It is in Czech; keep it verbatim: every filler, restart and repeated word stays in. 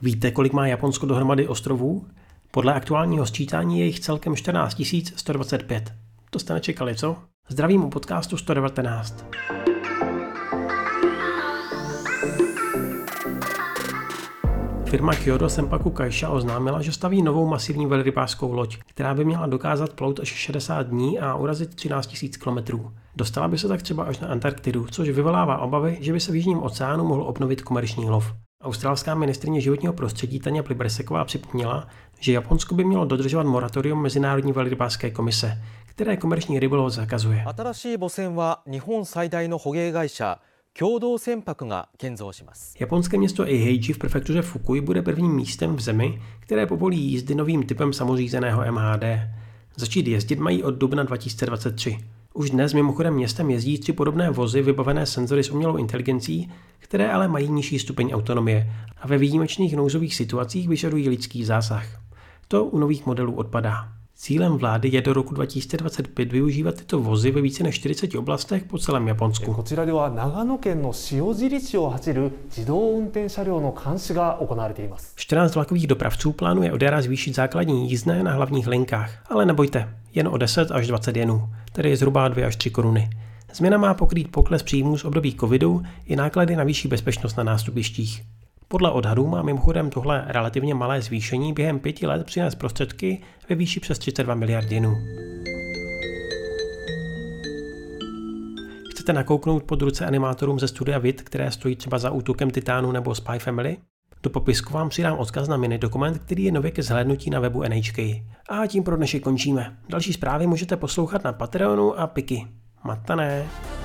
Víte, kolik má Japonsko dohromady ostrovů? Podle aktuálního sčítání je jich celkem čtrnáct tisíc sto dvacet pět. To jste nečekali, co? Zdravím u podcastu sto devatenáct. Firma Kyoto Senpaku Kaisha oznámila, že staví novou masivní velrybářskou loď, která by měla dokázat plout až šedesát dní a urazit třináct tisíc kilometrů. Dostala by se tak třeba až na Antarktidu, což vyvolává obavy, že by se v Jižním oceánu mohl obnovit komerční lov. Australská ministryně životního prostředí Tania Pliberseková připomněla, že Japonsko by mělo dodržovat moratorium Mezinárodní velrybářské komise, které komerční rybolov zakazuje. Japonské město Eiheiji v prefektuře Fukui bude prvním místem v zemi, které povolí jízdy novým typem samořízeného M H D. Začít jezdit mají od dubna dva tisíce dvacet tři. Už dnes mimochodem městem jezdí tři podobné vozy vybavené senzory s umělou inteligencí, které ale mají nižší stupeň autonomie a ve výjimečných nouzových situacích vyžadují lidský zásah. To u nových modelů odpadá. Cílem vlády je do roku dva tisíce dvacet pět využívat tyto vozy ve více než čtyřiceti oblastech po celém Japonsku. čtrnáct vlakových dopravců plánuje od jara zvýšit základní jízdné na hlavních linkách, ale nebojte, jen o deset až dvacet jenů, tedy zhruba dvě až tři koruny. Změna má pokrýt pokles příjmů z období covidu i náklady na vyšší bezpečnost na nástupištích. Podle odhadů má mimochodem tohle relativně malé zvýšení během pěti let přinést prostředky ve výši přes třicet dva miliard jenů. Chcete nakouknout pod ruce animátorům ze studia Vid, které stojí třeba za Útokem titánu nebo Spy Family? Do popisku vám přidám odkaz na mini dokument, který je nově ke zhlédnutí na webu N H K. A tím pro dnešek končíme. Další zprávy můžete poslouchat na Patreonu a Piki. Matané!